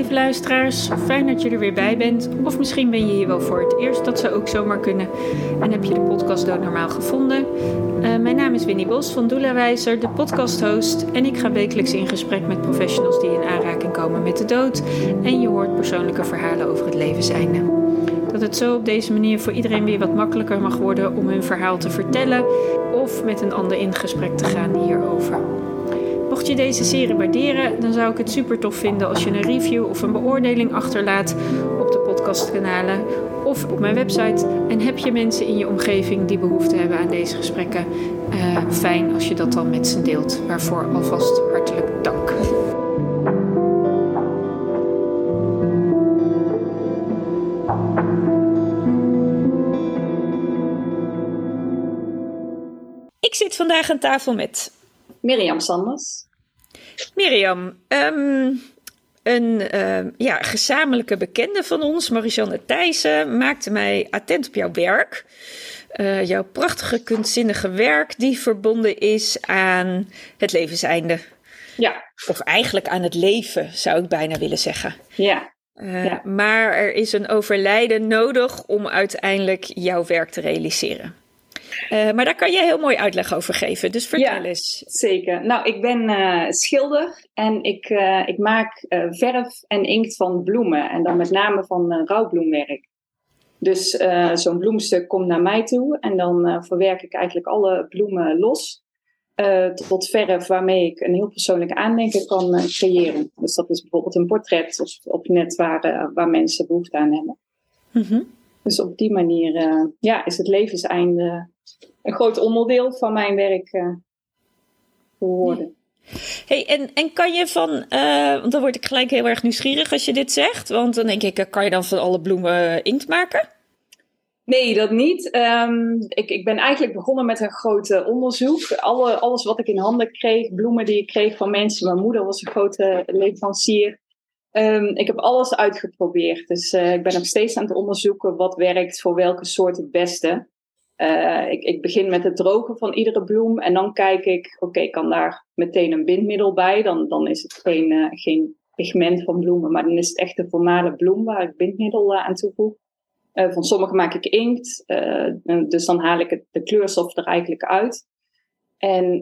lieve luisteraars. Fijn dat je er weer bij bent. Of misschien ben je hier wel voor het eerst. Dat zou ook zomaar kunnen. En heb je de podcast Doodnormaal gevonden. Mijn naam is Winnie Bos van Doula-wijzer, de podcasthost. En ik ga wekelijks in gesprek met professionals die in aanraking komen met de dood. En je hoort persoonlijke verhalen over het levenseinde. Dat het zo op deze manier voor iedereen weer wat makkelijker mag worden om hun verhaal te vertellen. Of met een ander in gesprek te gaan hierover. Mocht je deze serie waarderen, dan zou ik het super tof vinden als je een review of een beoordeling achterlaat op de podcastkanalen of op mijn website. En heb je mensen in je omgeving die behoefte hebben aan deze gesprekken? Fijn als je dat dan met ze deelt. Waarvoor alvast hartelijk dank. Ik zit vandaag aan tafel met Mirjam Sanders. Mirjam, een gezamenlijke bekende van ons, Marisanne Thijssen, maakte mij attent op jouw werk. Jouw prachtige kunstzinnige werk die verbonden is aan het levenseinde. Ja. Of eigenlijk aan het leven, zou ik bijna willen zeggen. Ja. Maar er is een overlijden nodig om uiteindelijk jouw werk te realiseren. Maar daar kan jij heel mooi uitleg over geven, dus vertel eens. Zeker. Nou, ik ben schilder en ik maak verf en inkt van bloemen. En dan met name van rouwbloemwerk. Dus zo'n bloemstuk komt naar mij toe en dan verwerk ik eigenlijk alle bloemen los. Tot verf waarmee ik een heel persoonlijk aandenken kan creëren. Dus dat is bijvoorbeeld een portret of net waar mensen behoefte aan hebben. Mm-hmm. Dus op die manier is het levenseinde een groot onderdeel van mijn werk geworden. Hey, en kan je want dan word ik gelijk heel erg nieuwsgierig als je dit zegt. Want dan denk ik, kan je dan van alle bloemen inkt maken? Nee, dat niet. Ik ben eigenlijk begonnen met een groot onderzoek. Alles wat ik in handen kreeg, bloemen die ik kreeg van mensen. Mijn moeder was een grote leverancier. Ik heb alles uitgeprobeerd. Dus ik ben nog steeds aan het onderzoeken wat werkt voor welke soort het beste. Ik begin met het drogen van iedere bloem. En dan kijk ik, kan daar meteen een bindmiddel bij? Dan is het geen pigment van bloemen. Maar dan is het echt een formale bloem waar ik bindmiddel aan toevoeg. Van sommige maak ik inkt. Dus dan haal ik de kleurstof er eigenlijk uit. En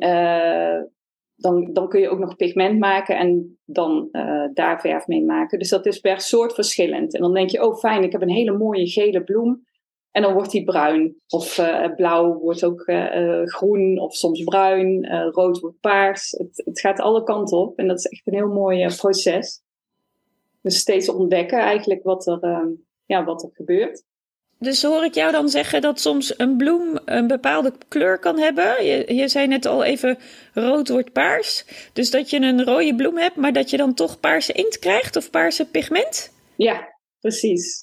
dan kun je ook nog pigment maken en dan daar verf mee maken. Dus dat is per soort verschillend. En dan denk je, fijn, ik heb een hele mooie gele bloem. En dan wordt die bruin. Of blauw wordt ook groen of soms bruin. Rood wordt paars. Het gaat alle kanten op. En dat is echt een heel mooi proces. Dus steeds ontdekken eigenlijk wat er gebeurt. Dus hoor ik jou dan zeggen dat soms een bloem een bepaalde kleur kan hebben? Je zei net al even, rood wordt paars. Dus dat je een rode bloem hebt, maar dat je dan toch paarse inkt krijgt of paarse pigment? Ja, precies.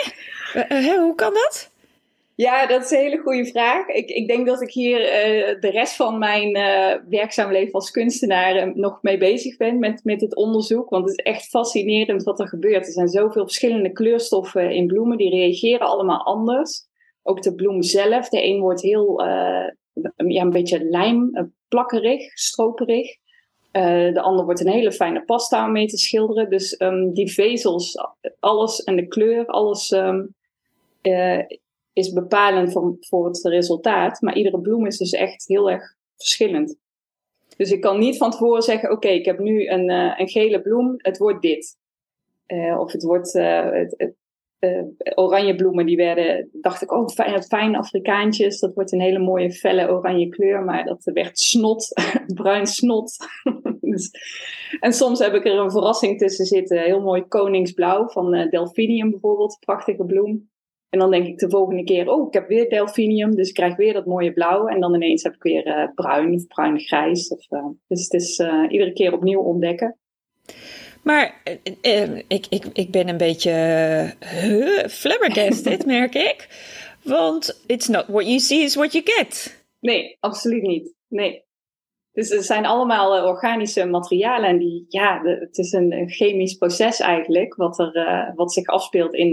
Hoe kan dat? Ja, dat is een hele goede vraag. Ik denk dat ik hier de rest van mijn werkzaam leven als kunstenaar nog mee bezig ben met dit onderzoek. Want het is echt fascinerend wat er gebeurt. Er zijn zoveel verschillende kleurstoffen in bloemen. Die reageren allemaal anders. Ook de bloem zelf. De een wordt heel een beetje plakkerig, stroperig. De ander wordt een hele fijne pasta om mee te schilderen. Dus die vezels, alles en de kleur, alles is bepalend voor het resultaat. Maar iedere bloem is dus echt heel erg verschillend. Dus ik kan niet van tevoren zeggen, ik heb nu een gele bloem, het wordt dit. Of het wordt oranje bloemen, dacht ik, fijn Afrikaantjes, dat wordt een hele mooie felle oranje kleur, maar dat werd snot, bruin snot. En soms heb ik er een verrassing tussen zitten, heel mooi koningsblauw van Delphinium bijvoorbeeld, prachtige bloem. En dan denk ik de volgende keer, ik heb weer delphinium, dus ik krijg weer dat mooie blauw. En dan ineens heb ik weer bruin of bruin-grijs. Dus het is iedere keer opnieuw ontdekken. Maar ik ben een beetje flabbergasted, merk ik. Want it's not what you see is what you get. Nee, absoluut niet. Nee. Dus het zijn allemaal organische materialen. En het is een chemisch proces eigenlijk, wat zich afspeelt in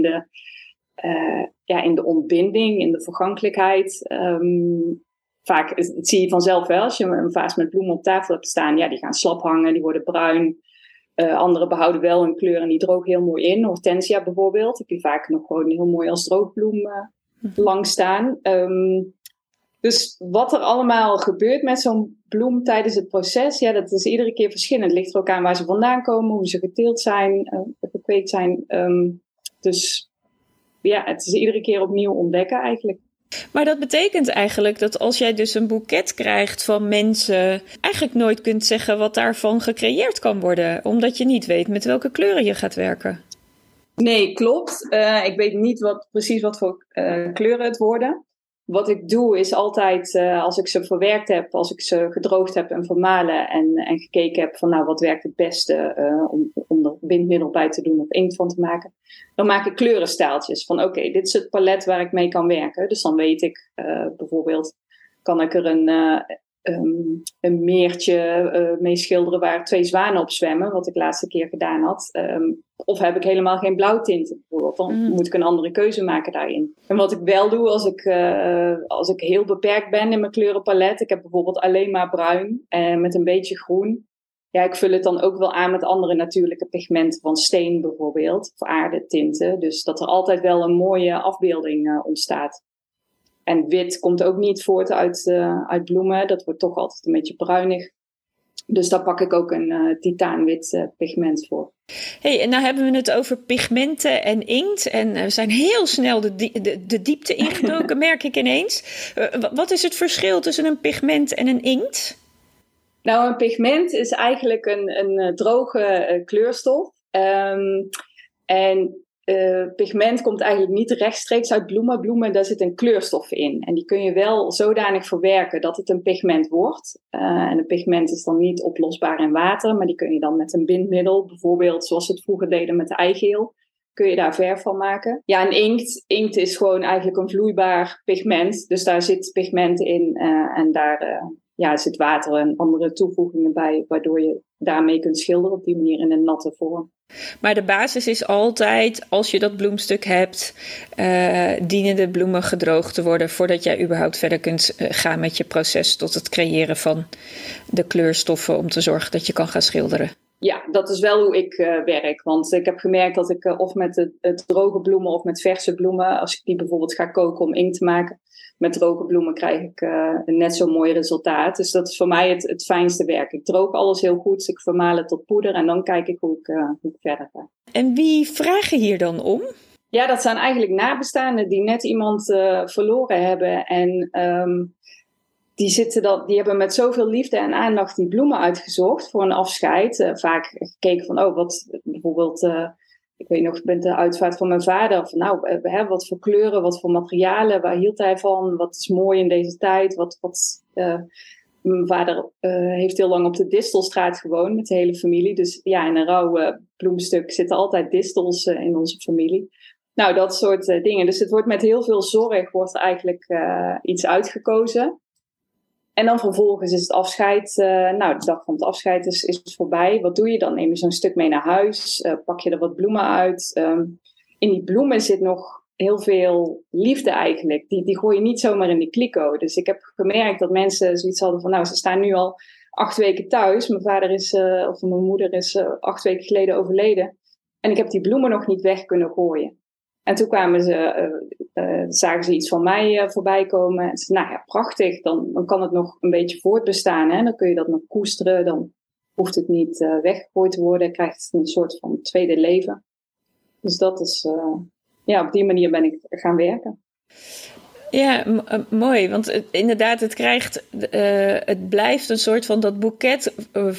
de ontbinding, in de vergankelijkheid. Vaak zie je vanzelf wel, als je een vaas met bloemen op tafel hebt staan, die gaan slap hangen, die worden bruin. Andere behouden wel hun kleur en die drogen heel mooi in. Hortensia bijvoorbeeld, heb je vaak nog gewoon heel mooi als droogbloem lang staan. Dus wat er allemaal gebeurt met zo'n bloem tijdens het proces, ja, dat is iedere keer verschillend. Het ligt er ook aan waar ze vandaan komen, hoe ze geteeld zijn, gekweekt zijn. Dus ja, het is iedere keer opnieuw ontdekken eigenlijk. Maar dat betekent eigenlijk dat als jij dus een boeket krijgt van mensen, eigenlijk nooit kunt zeggen wat daarvan gecreëerd kan worden, omdat je niet weet met welke kleuren je gaat werken. Nee, klopt. Ik weet niet precies wat voor kleuren het worden. Wat ik doe is altijd, als ik ze verwerkt heb, als ik ze gedroogd heb en vermalen en gekeken heb van nou wat werkt het beste om er bindmiddel bij te doen of inkt van te maken. Dan maak ik kleurenstaaltjes van oké, dit is het palet waar ik mee kan werken. Dus dan weet ik bijvoorbeeld, kan ik er een meertje mee schilderen waar 2 zwanen op zwemmen, wat ik laatste keer gedaan had. Of heb ik helemaal geen blauwtinten bijvoorbeeld. Dan moet ik een andere keuze maken daarin. En wat ik wel doe als ik heel beperkt ben in mijn kleurenpalet. Ik heb bijvoorbeeld alleen maar bruin met een beetje groen. Ja, ik vul het dan ook wel aan met andere natuurlijke pigmenten van steen bijvoorbeeld. Of aardetinten. Dus dat er altijd wel een mooie afbeelding ontstaat. En wit komt ook niet voort uit bloemen. Dat wordt toch altijd een beetje bruinig. Dus daar pak ik ook een titaanwit pigment voor. Hey, en nou hebben we het over pigmenten en inkt. En we zijn heel snel de diepte ingedoken, merk ik ineens. Wat is het verschil tussen een pigment en een inkt? Nou, een pigment is eigenlijk een droge kleurstof. Pigment komt eigenlijk niet rechtstreeks uit bloemen. Bloemen, daar zit een kleurstof in. En die kun je wel zodanig verwerken dat het een pigment wordt. En een pigment is dan niet oplosbaar in water. Maar die kun je dan met een bindmiddel, bijvoorbeeld zoals we het vroeger deden met de eigeel, kun je daar verf van maken. Ja, en inkt is gewoon eigenlijk een vloeibaar pigment. Dus daar zit pigment in en daar zit water en andere toevoegingen bij, waardoor je daarmee kunt schilderen op die manier in een natte vorm. Maar de basis is altijd, als je dat bloemstuk hebt, dienen de bloemen gedroogd te worden voordat jij überhaupt verder kunt gaan met je proces tot het creëren van de kleurstoffen om te zorgen dat je kan gaan schilderen. Ja, dat is wel hoe ik werk. Want ik heb gemerkt dat ik of met het droge bloemen of met verse bloemen, als ik die bijvoorbeeld ga koken om inkt te maken, met droge bloemen krijg ik een net zo mooi resultaat. Dus dat is voor mij het fijnste werk. Ik droog alles heel goed, ik vermaal het tot poeder en dan kijk ik hoe ik verder ga. En wie vragen hier dan om? Ja, dat zijn eigenlijk nabestaanden die net iemand verloren hebben. En die hebben met zoveel liefde en aandacht die bloemen uitgezocht voor een afscheid. Vaak gekeken van, wat bijvoorbeeld, ik weet nog, met de uitvaart van mijn vader. Van, wat voor kleuren, wat voor materialen, waar hield hij van? Wat is mooi in deze tijd? Mijn vader heeft heel lang op de Distelstraat gewoond met de hele familie. Dus ja, in een rauw bloemstuk zitten altijd distels in onze familie. Nou, dat soort dingen. Dus het wordt met heel veel zorg wordt er eigenlijk iets uitgekozen. En dan vervolgens is het afscheid. De dag van het afscheid is voorbij. Wat doe je dan? Neem je zo'n stuk mee naar huis? Pak je er wat bloemen uit? In die bloemen zit nog heel veel liefde eigenlijk. Die gooi je niet zomaar in de kliko. Dus ik heb gemerkt dat mensen zoiets hadden van, ze staan nu al 8 weken thuis. Mijn vader mijn moeder is 8 weken geleden overleden. En ik heb die bloemen nog niet weg kunnen gooien. En toen zagen ze iets van mij voorbij komen. En ze zeiden, prachtig, dan kan het nog een beetje voortbestaan. Hè? Dan kun je dat nog koesteren, dan hoeft het niet weggegooid te worden. Krijgt het een soort van tweede leven. Dus dat is, op die manier ben ik gaan werken. Ja, mooi. Want inderdaad, het blijft een soort van dat boeket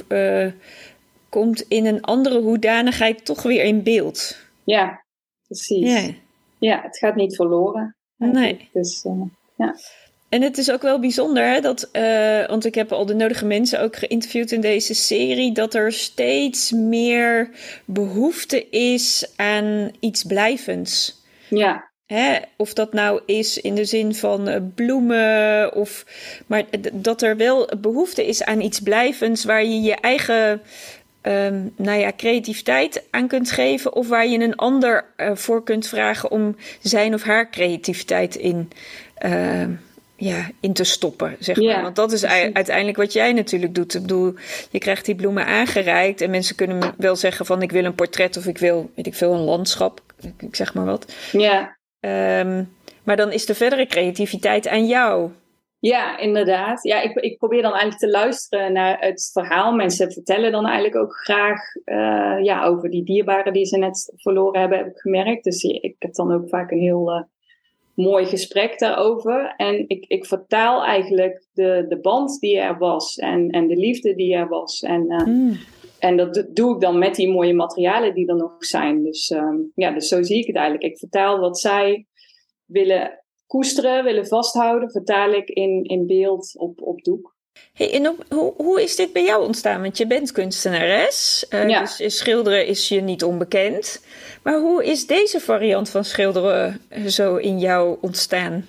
komt in een andere hoedanigheid toch weer in beeld. Ja, precies. Ja, het gaat niet verloren. Nee. Dus, En het is ook wel bijzonder, hè, want ik heb al de nodige mensen ook geïnterviewd in deze serie, dat er steeds meer behoefte is aan iets blijvends. Ja. Hè? Of dat nou is in de zin van bloemen, maar dat er wel behoefte is aan iets blijvends waar je je eigen creativiteit aan kunt geven, of waar je een ander voor kunt vragen om zijn of haar creativiteit in in te stoppen, zeg maar. Want dat is uiteindelijk wat jij natuurlijk doet. Ik bedoel, je krijgt die bloemen aangereikt en mensen kunnen wel zeggen van ik wil een portret of ik wil, weet ik veel, een landschap. Ik zeg maar wat. Ja. Maar dan is de verdere creativiteit aan jou. Ja, inderdaad. Ja, ik probeer dan eigenlijk te luisteren naar het verhaal. Mensen vertellen dan eigenlijk ook graag over die dierbaren die ze net verloren hebben, heb ik gemerkt. Dus ik heb dan ook vaak een heel mooi gesprek daarover. En ik vertaal eigenlijk de band die er was en de liefde die er was. En dat doe ik dan met die mooie materialen die er nog zijn. Dus zo zie ik het eigenlijk. Ik vertaal wat zij willen koesteren, willen vasthouden, vertaal ik in beeld op doek. Hey, en hoe is dit bij jou ontstaan? Want je bent kunstenares, dus schilderen is je niet onbekend. Maar hoe is deze variant van schilderen zo in jou ontstaan?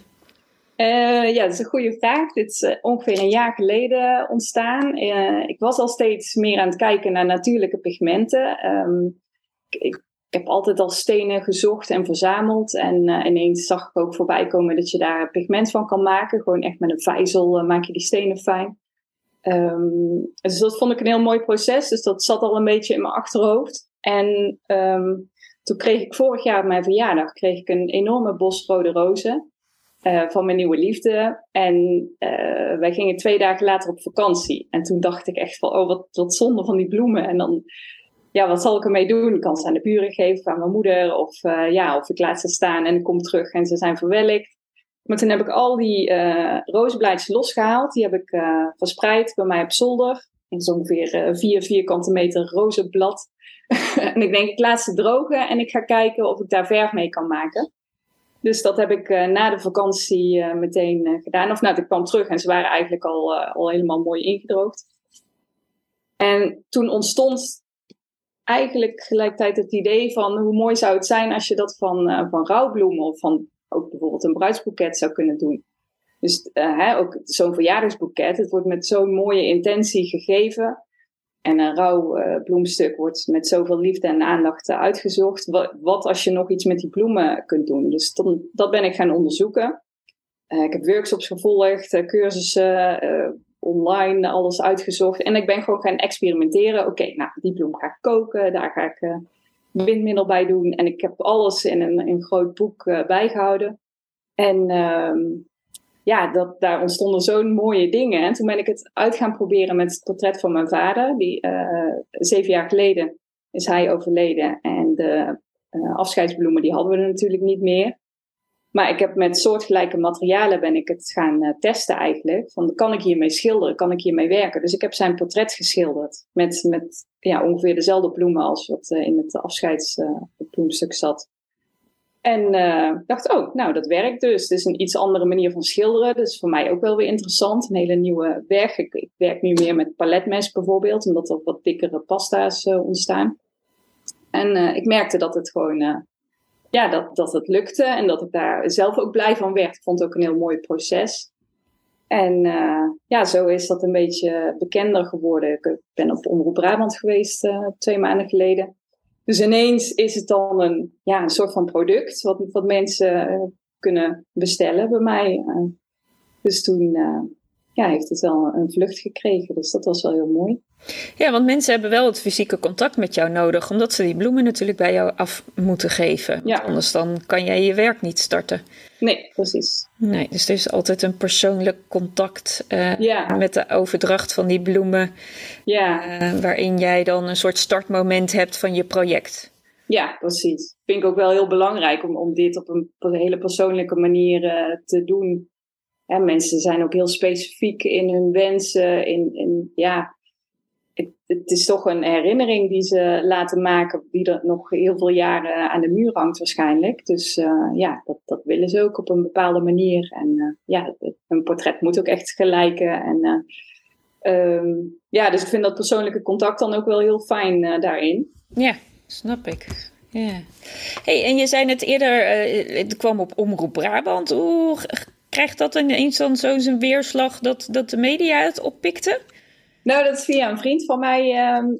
Dat is een goede vraag. Dit is ongeveer een jaar geleden ontstaan. Ik was al steeds meer aan het kijken naar natuurlijke pigmenten. Ik heb altijd al stenen gezocht en verzameld. En ineens zag ik ook voorbij komen dat je daar pigment van kan maken. Gewoon echt met een vijzel maak je die stenen fijn. Dus dat vond ik een heel mooi proces. Dus dat zat al een beetje in mijn achterhoofd. En toen kreeg ik vorig jaar op mijn verjaardag een enorme bos rode rozen. Van mijn nieuwe liefde. En wij gingen 2 dagen later op vakantie. En toen dacht ik echt van, wat zonde van die bloemen. En dan, wat zal ik ermee doen? Ik kan ze aan de buren geven, aan mijn moeder. Of ik laat ze staan en ik kom terug en ze zijn verwelkt. Maar toen heb ik al die rozenblaadjes losgehaald. Die heb ik verspreid bij mij op zolder. In zo'n ongeveer 4 vierkante meter rozenblad. En ik denk, ik laat ze drogen en ik ga kijken of ik daar verf mee kan maken. Dus dat heb ik na de vakantie meteen gedaan. Ik kwam terug en ze waren eigenlijk al helemaal mooi ingedroogd. En toen ontstond eigenlijk gelijkertijd het idee van hoe mooi zou het zijn als je dat van rouwbloemen of van ook bijvoorbeeld een bruidsboeket zou kunnen doen. Dus ook zo'n verjaardagsboeket, het wordt met zo'n mooie intentie gegeven. En een rouwbloemstuk wordt met zoveel liefde en aandacht uitgezocht. Wat als je nog iets met die bloemen kunt doen? Dus dat ben ik gaan onderzoeken. Ik heb workshops gevolgd, cursussen, online, alles uitgezocht. En ik ben gewoon gaan experimenteren. Oké, die bloem ga ik koken, daar ga ik windmiddel bij doen. En ik heb alles in een groot boek bijgehouden. En daar ontstonden zo'n mooie dingen. En toen ben ik het uit gaan proberen met het portret van mijn vader. 7 jaar geleden is hij overleden. En de afscheidsbloemen die hadden we er natuurlijk niet meer. Maar ik heb met soortgelijke materialen ben ik het gaan testen eigenlijk. Van, kan ik hiermee schilderen? Kan ik hiermee werken? Dus ik heb zijn portret geschilderd. Met ongeveer dezelfde bloemen als wat in het afscheidsbloemstuk zat. En dacht, dat werkt dus. Het is een iets andere manier van schilderen. Dat is voor mij ook wel weer interessant. Een hele nieuwe weg. Ik werk nu meer met paletmes bijvoorbeeld. Omdat er wat dikkere pasta's ontstaan. En ik merkte dat het gewoon... dat het lukte. En dat ik daar zelf ook blij van werd. Ik vond het ook een heel mooi proces. En zo is dat een beetje bekender geworden. Ik ben op Omroep Brabant geweest 2 maanden geleden. Dus ineens is het dan een soort van product wat mensen kunnen bestellen bij mij. Dus toen heeft het wel een vlucht gekregen. Dus dat was wel heel mooi. Ja, want mensen hebben wel het fysieke contact met jou nodig. Omdat ze die bloemen natuurlijk bij jou af moeten geven. Ja. Anders dan kan jij je werk niet starten. Nee, precies. Nee, dus er is altijd een persoonlijk contact met de overdracht van die bloemen. Ja. Waarin jij dan een soort startmoment hebt van je project. Ja, precies. Vind ik ook wel heel belangrijk om dit op een hele persoonlijke manier te doen. Ja, mensen zijn ook heel specifiek in hun wensen. Het is toch een herinnering die ze laten maken, die er nog heel veel jaren aan de muur hangt waarschijnlijk. Dus dat willen ze ook op een bepaalde manier. En een portret moet ook echt gelijken. En dus ik vind dat persoonlijke contact dan ook wel heel fijn daarin. Ja, snap ik. Ja. Hey, en je zei net eerder, het kwam op Omroep Brabant. Hoe krijgt dat ineens dan zo zijn weerslag dat de media het oppikte? Nou, dat is via een vriend van mij,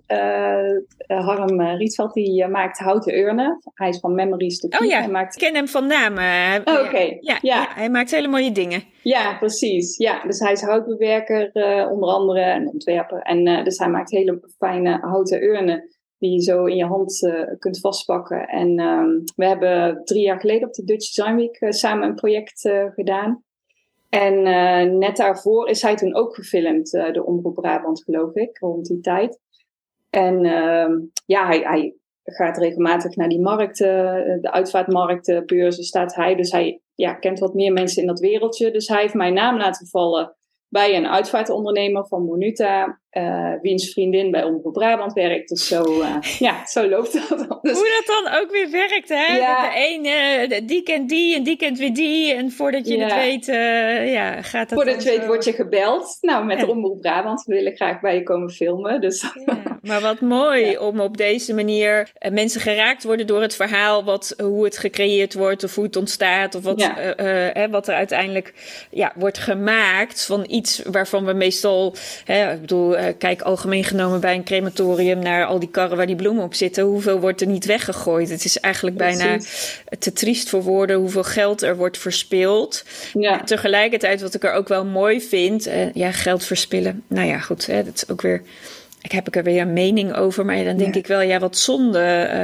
Harm Rietveld, die maakt houten urnen. Hij is van Memories to Keep. Oh ja, Hij maakt... ik ken hem van naam. Oké. Ja, hij maakt hele mooie dingen. Ja, precies. Ja, dus hij is houtbewerker onder andere en ontwerper. En dus hij maakt hele fijne houten urnen die je zo in je hand kunt vastpakken. En we hebben 3 jaar geleden op de Dutch Design Week samen een project gedaan. En net daarvoor is hij toen ook gefilmd, de Omroep Brabant geloof ik, rond die tijd. En hij gaat regelmatig naar die markten, de uitvaartmarkten, beurzen staat hij. Dus hij kent wat meer mensen in dat wereldje. Dus hij heeft mijn naam laten vallen bij een uitvaartondernemer van Monuta, wiens vriendin bij Omroep Brabant werkt. Dus zo loopt dat. Dus, hoe dat dan ook weer werkt, hè? Ja. De ene, die kent die en die kent weer die. En voordat je het weet, gaat dat. Voordat je weet, word je gebeld. Nou, met Omroep Brabant, we willen graag bij je komen filmen. Dus. Ja, maar wat mooi om op deze manier mensen geraakt worden door het verhaal, hoe het gecreëerd wordt, of hoe het ontstaat, of wat er uiteindelijk wordt gemaakt van iets waarvan we meestal, ik bedoel, kijk algemeen genomen bij een crematorium naar al die karren waar die bloemen op zitten. Hoeveel wordt er niet weggegooid? Het is eigenlijk bijna te triest voor woorden hoeveel geld er wordt verspild. Ja. Tegelijkertijd, wat ik er ook wel mooi vind, geld verspillen. Nou ja, goed, dat is ook weer. Ik heb er weer een mening over, maar dan denk ik wel, wat zonde.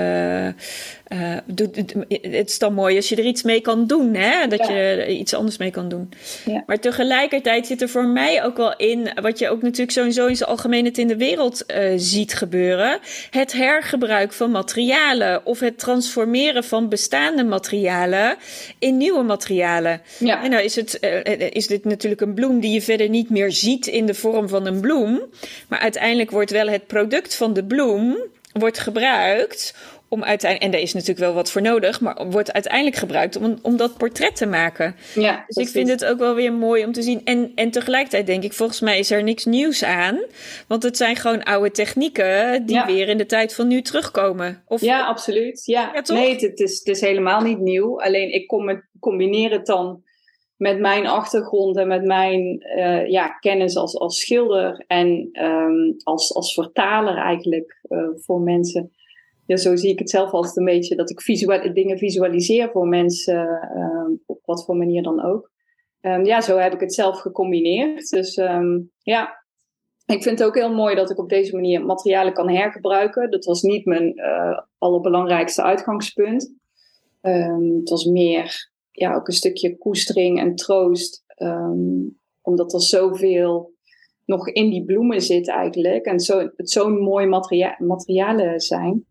Het is dan mooi als je er iets mee kan doen, hè? Dat je er iets anders mee kan doen. Ja. Maar tegelijkertijd zit er voor mij ook wel in, wat je ook natuurlijk sowieso in zijn algemeen het in de wereld ziet gebeuren, het hergebruik van materialen of het transformeren van bestaande materialen in nieuwe materialen. Ja. En nou is dit natuurlijk een bloem die je verder niet meer ziet in de vorm van een bloem, maar uiteindelijk wordt wel het product van de bloem wordt gebruikt om uiteindelijk, en daar is natuurlijk wel wat voor nodig, maar wordt uiteindelijk gebruikt om dat portret te maken. Ja, dus ik vind het ook wel weer mooi om te zien. En tegelijkertijd denk ik, volgens mij is er niks nieuws aan, want het zijn gewoon oude technieken die weer in de tijd van nu terugkomen. Ja, absoluut. Ja, nee, het is helemaal niet nieuw. Alleen ik combineer het dan met mijn achtergrond en met mijn kennis als schilder en als vertaler eigenlijk voor mensen. Ja, zo zie ik het zelf altijd een beetje, dat ik dingen visualiseer voor mensen, op wat voor manier dan ook. Zo heb ik het zelf gecombineerd. Dus ik vind het ook heel mooi dat ik op deze manier materialen kan hergebruiken. Dat was niet mijn allerbelangrijkste uitgangspunt. Het was meer ook een stukje koestering en troost. Omdat er zoveel nog in die bloemen zit eigenlijk. En het zo'n mooi materialen zijn.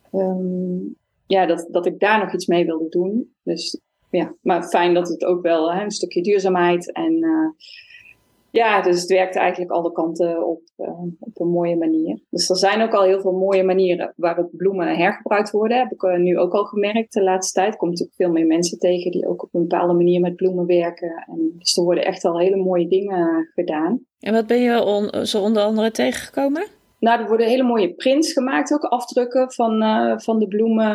Dat ik daar nog iets mee wilde doen. Dus maar fijn dat het ook wel een stukje duurzaamheid. En dus het werkt eigenlijk alle kanten op een mooie manier. Dus er zijn ook al heel veel mooie manieren waarop bloemen hergebruikt worden. Heb ik nu ook al gemerkt de laatste tijd. Er komen natuurlijk veel meer mensen tegen die ook op een bepaalde manier met bloemen werken. En dus er worden echt al hele mooie dingen gedaan. En wat ben je zo onder andere tegengekomen? Nou, er worden hele mooie prints gemaakt, ook afdrukken van de bloemen.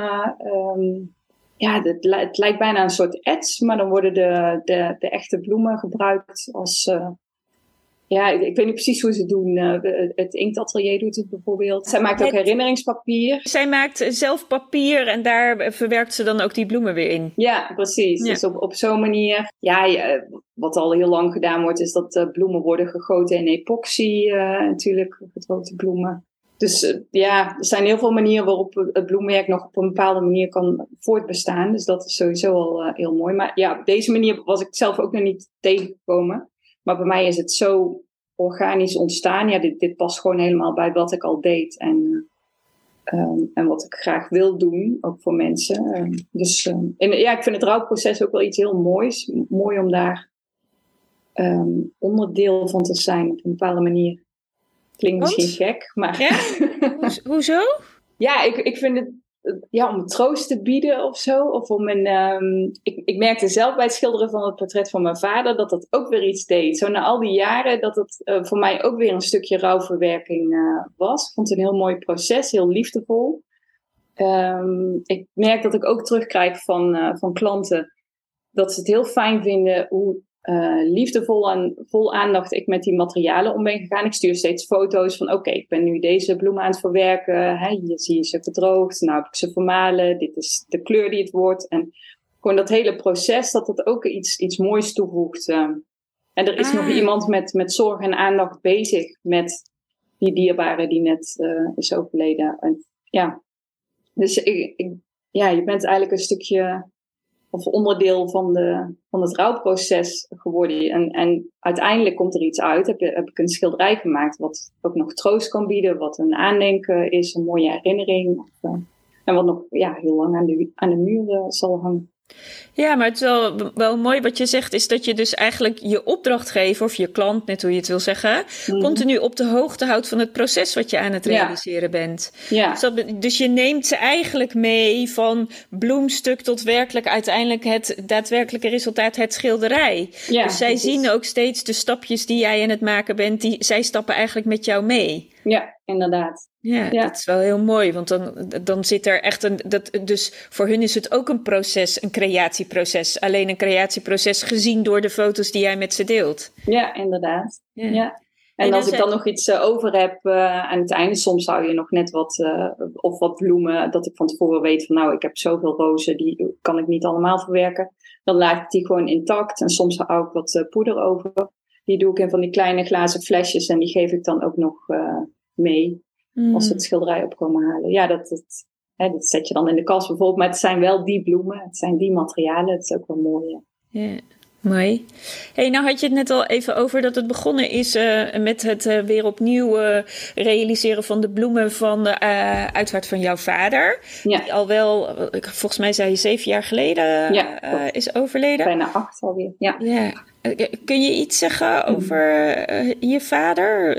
Het lijkt bijna een soort ets, maar dan worden de echte bloemen gebruikt als. Ik weet niet precies hoe ze het doen. Het inktatelier doet het bijvoorbeeld. Zij maakt ook herinneringspapier. Zij maakt zelf papier en daar verwerkt ze dan ook die bloemen weer in. Ja, precies. Ja. Dus op zo'n manier. Wat al heel lang gedaan wordt, is dat bloemen worden gegoten in epoxy. Natuurlijk, gedroogde bloemen. Dus er zijn heel veel manieren waarop het bloemwerk nog op een bepaalde manier kan voortbestaan. Dus dat is sowieso al heel mooi. Maar op deze manier was ik zelf ook nog niet tegengekomen. Maar bij mij is het zo organisch ontstaan. Ja, dit past gewoon helemaal bij wat ik al deed. En wat ik graag wil doen, ook voor mensen. Ik vind het rouwproces ook wel iets heel moois. Mooi om daar onderdeel van te zijn op een bepaalde manier. Klinkt misschien gek, maar... Ja? Hoezo? Ja, ik vind het... om troost te bieden of zo. Of om ik merkte zelf bij het schilderen van het portret van mijn vader dat ook weer iets deed. Zo na al die jaren dat het voor mij ook weer een stukje rouwverwerking was. Ik vond het een heel mooi proces, heel liefdevol. Ik merk dat ik ook terugkrijg van klanten dat ze het heel fijn vinden hoe liefdevol en vol aandacht ik met die materialen om ben gegaan. Ik stuur steeds foto's van oké, ik ben nu deze bloemen aan het verwerken. Hè, hier zie je ze verdroogd. Nou heb ik ze vermalen. Dit is de kleur die het wordt. En gewoon dat hele proces, dat ook iets moois toevoegt. En er is nog iemand met zorg en aandacht bezig met die dierbare die net is overleden. En, ja. Dus je bent eigenlijk een stukje of onderdeel van het rouwproces geworden. En uiteindelijk komt er iets uit. Heb ik een schilderij gemaakt wat ook nog troost kan bieden. Wat een aandenken is, een mooie herinnering. En wat nog heel lang aan de muur zal hangen. Ja, maar het is wel mooi wat je zegt, is dat je dus eigenlijk je opdrachtgever of je klant, net hoe je het wil zeggen, continu op de hoogte houdt van het proces wat je aan het realiseren bent. Ja. Dus je neemt ze eigenlijk mee van bloemstuk tot werkelijk uiteindelijk het daadwerkelijke resultaat, het schilderij. Ja, dus zij zien ook steeds de stapjes die jij aan het maken bent, zij stappen eigenlijk met jou mee. Ja, inderdaad. Ja, dat is wel heel mooi, want dan zit er echt dus voor hun is het ook een proces, een creatieproces. Alleen een creatieproces gezien door de foto's die jij met ze deelt. Ja, inderdaad. Ja. En als ik dan nog iets over heb aan het einde, soms zou je nog net wat bloemen, dat ik van tevoren weet van ik heb zoveel rozen, die kan ik niet allemaal verwerken. Dan laat ik die gewoon intact en soms hou ik wat poeder over. Die doe ik in van die kleine glazen flesjes en die geef ik dan ook nog mee. Als we het schilderij op komen halen. Ja, dat zet je dan in de kast bijvoorbeeld. Maar het zijn wel die bloemen. Het zijn die materialen. Het is ook wel mooi. Ja, mooi. Hey, nou had je het net al even over dat het begonnen is met het weer opnieuw realiseren van de bloemen van de uitvaart van jouw vader. Ja. Die al wel, volgens mij zei je 7 jaar geleden is overleden. Bijna 8 alweer, ja. Kun je iets zeggen over je vader?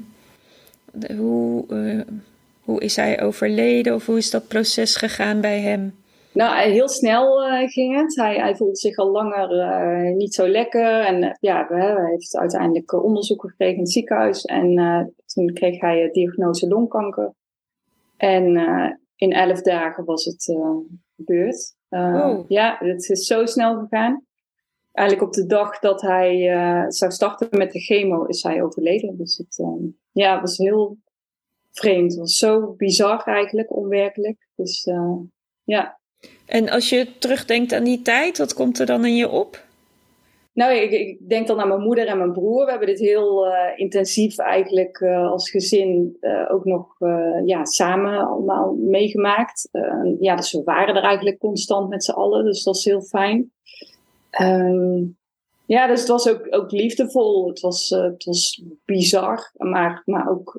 Hoe is hij overleden of hoe is dat proces gegaan bij hem? Nou, heel snel ging het. Hij voelde zich al langer niet zo lekker. En hij heeft uiteindelijk onderzoeken gekregen in het ziekenhuis. En toen kreeg hij diagnose longkanker. En in 11 dagen was het gebeurd. Ja, het is zo snel gegaan. Eigenlijk op de dag dat hij zou starten met de chemo is hij overleden. Dus het was heel vreemd. Het was zo bizar eigenlijk, onwerkelijk. Dus ja. En als je terugdenkt aan die tijd, wat komt er dan in je op? Nou, ik denk dan aan mijn moeder en mijn broer. We hebben dit heel intensief eigenlijk als gezin ook nog samen allemaal meegemaakt. Dus we waren er eigenlijk constant met z'n allen. Dus dat was heel fijn. Dus het was ook liefdevol. Het was bizar, maar ook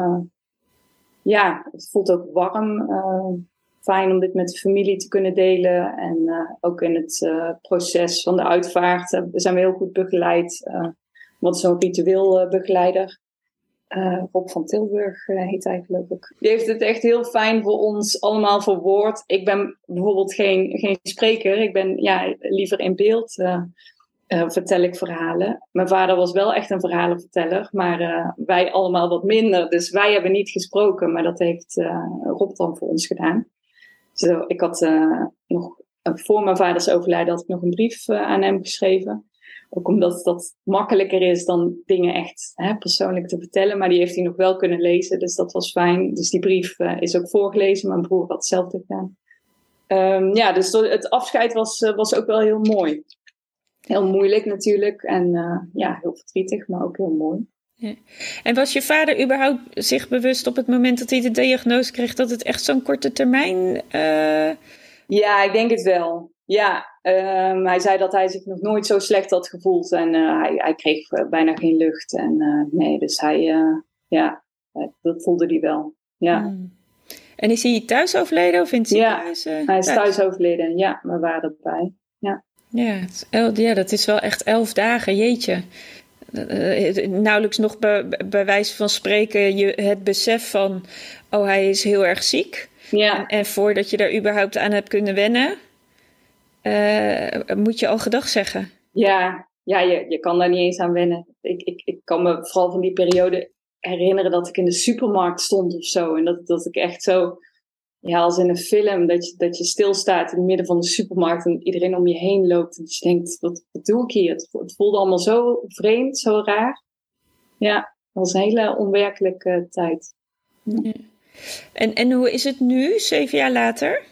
het voelt ook warm. Fijn om dit met de familie te kunnen delen. En ook in het proces van de uitvaart zijn we heel goed begeleid. Wat zo'n ritueelbegeleider. Rob van Tilburg heet hij geloof ik. Die heeft het echt heel fijn voor ons allemaal verwoord. Ik ben bijvoorbeeld geen spreker. Ik ben liever in beeld vertel ik verhalen. Mijn vader was wel echt een verhalenverteller. Maar wij allemaal wat minder. Dus wij hebben niet gesproken. Maar dat heeft Rob dan voor ons gedaan. Dus ik had nog voor mijn vaders overlijden had ik nog een brief aan hem geschreven. Ook omdat dat makkelijker is dan dingen echt persoonlijk te vertellen. Maar die heeft hij nog wel kunnen lezen. Dus dat was fijn. Dus die brief is ook voorgelezen. Mijn broer had hetzelfde gedaan. Dus het afscheid was ook wel heel mooi. Heel moeilijk natuurlijk. En heel verdrietig, maar ook heel mooi. Ja. En was je vader überhaupt zich bewust op het moment dat hij de diagnose kreeg dat het echt zo'n korte termijn... Ja, ik denk het wel. Ja, hij zei dat hij zich nog nooit zo slecht had gevoeld. En hij kreeg bijna geen lucht. En dus dat voelde hij wel. Ja. En is hij thuis overleden of in het ziekenhuis? Hij is thuis overleden. Ja, we waren erbij. Ja. Ja, dat is wel echt 11 dagen, jeetje. Nauwelijks nog bij wijze van spreken het besef van... hij is heel erg ziek. Ja. En voordat je daar überhaupt aan hebt kunnen wennen... moet je al gedag zeggen. Ja, je kan daar niet eens aan wennen. Ik kan me vooral van die periode herinneren... dat ik in de supermarkt stond of zo. En dat ik echt zo... als in een film, dat je stilstaat in het midden van de supermarkt en iedereen om je heen loopt. En je denkt, wat doe ik hier? Het voelde allemaal zo vreemd, zo raar. Ja, dat was een hele onwerkelijke tijd. Ja. En hoe is het nu, 7 jaar later?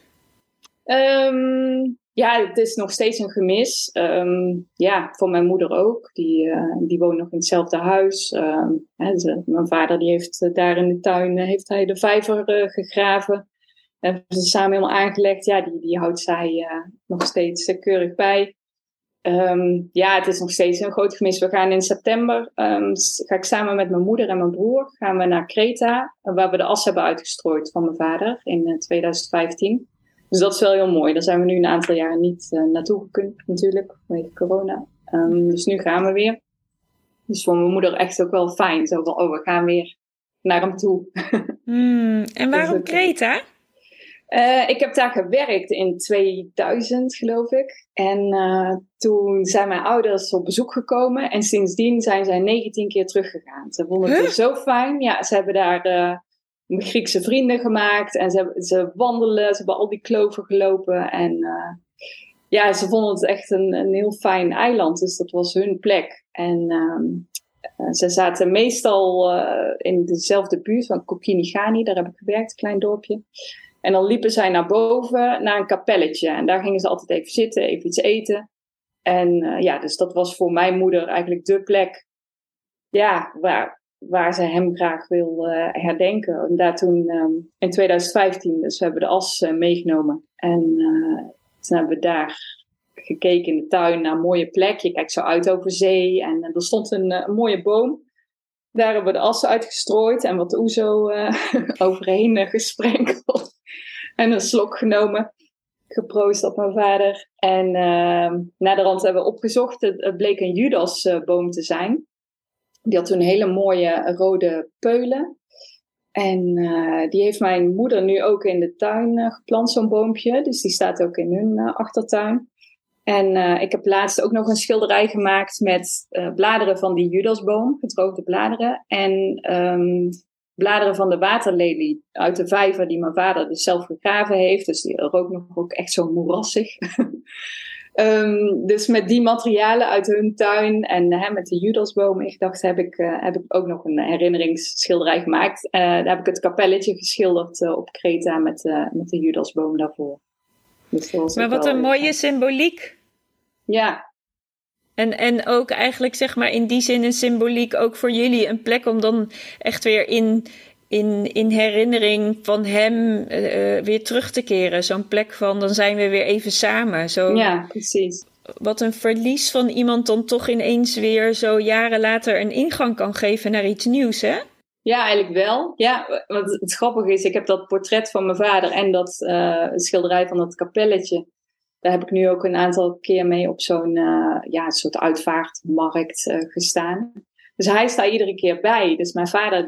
Het is nog steeds een gemis. Voor mijn moeder ook. Die woont nog in hetzelfde huis. Mijn vader die heeft daar in de tuin heeft hij de vijver gegraven. Hebben ze samen helemaal aangelegd. Ja, die houdt zij nog steeds keurig bij. Het is nog steeds een groot gemis. We gaan in september, ga ik samen met mijn moeder en mijn broer, gaan we naar Kreta, waar we de as hebben uitgestrooid van mijn vader in 2015. Dus dat is wel heel mooi. Daar zijn we nu een aantal jaren niet naartoe gekund natuurlijk, vanwege corona. Dus nu gaan we weer. Dus voor mijn moeder echt ook wel fijn. Zo van, we gaan weer naar hem toe. En waarom Kreta? Ik heb daar gewerkt in 2000, geloof ik. En toen zijn mijn ouders op bezoek gekomen. En sindsdien zijn zij 19 keer teruggegaan. Ze vonden het zo fijn. Ja, ze hebben daar Griekse vrienden gemaakt. En ze wandelen. Ze hebben al die kloven gelopen. En ze vonden het echt een heel fijn eiland. Dus dat was hun plek. En ze zaten meestal in dezelfde buurt van Kokkinigani. Daar heb ik gewerkt, een klein dorpje. En dan liepen zij naar boven, naar een kapelletje. En daar gingen ze altijd even zitten, even iets eten. En dus dat was voor mijn moeder eigenlijk de plek waar ze hem graag wil herdenken. En daar toen in 2015, dus we hebben de as meegenomen. En toen hebben we daar gekeken in de tuin naar een mooie plek. Je kijkt zo uit over zee en er stond een mooie boom. Daar hebben we de as uitgestrooid en wat oezo overheen gesprenkeld. En een slok genomen. Geproost op mijn vader. En naderhand hebben we opgezocht. Het bleek een Judasboom te zijn. Die had toen hele mooie rode peulen. En die heeft mijn moeder nu ook in de tuin geplant, zo'n boompje. Dus die staat ook in hun achtertuin. En ik heb laatst ook nog een schilderij gemaakt met bladeren van die Judasboom, gedroogde bladeren. En bladeren van de waterlelie uit de vijver die mijn vader dus zelf gegraven heeft. Dus die rook nog ook echt zo moerassig. Dus met die materialen uit hun tuin en met de Judasboom, ik dacht, heb ik ook nog een herinneringsschilderij gemaakt. Daar heb ik het kapelletje geschilderd op Kreta met de Judasboom daarvoor. Dus maar wat een mooie symboliek. Ja. En ook eigenlijk zeg maar in die zin een symboliek ook voor jullie. Een plek om dan echt weer in herinnering van hem weer terug te keren. Zo'n plek van, dan zijn we weer even samen. Zo, ja, precies. Wat een verlies van iemand dan toch ineens weer zo jaren later een ingang kan geven naar iets nieuws, hè? Ja, eigenlijk wel. Ja, want het grappige is, ik heb dat portret van mijn vader en dat schilderij van dat kapelletje. Daar heb ik nu ook een aantal keer mee op zo'n soort uitvaartmarkt gestaan. Dus hij staat iedere keer bij. Dus mijn vader,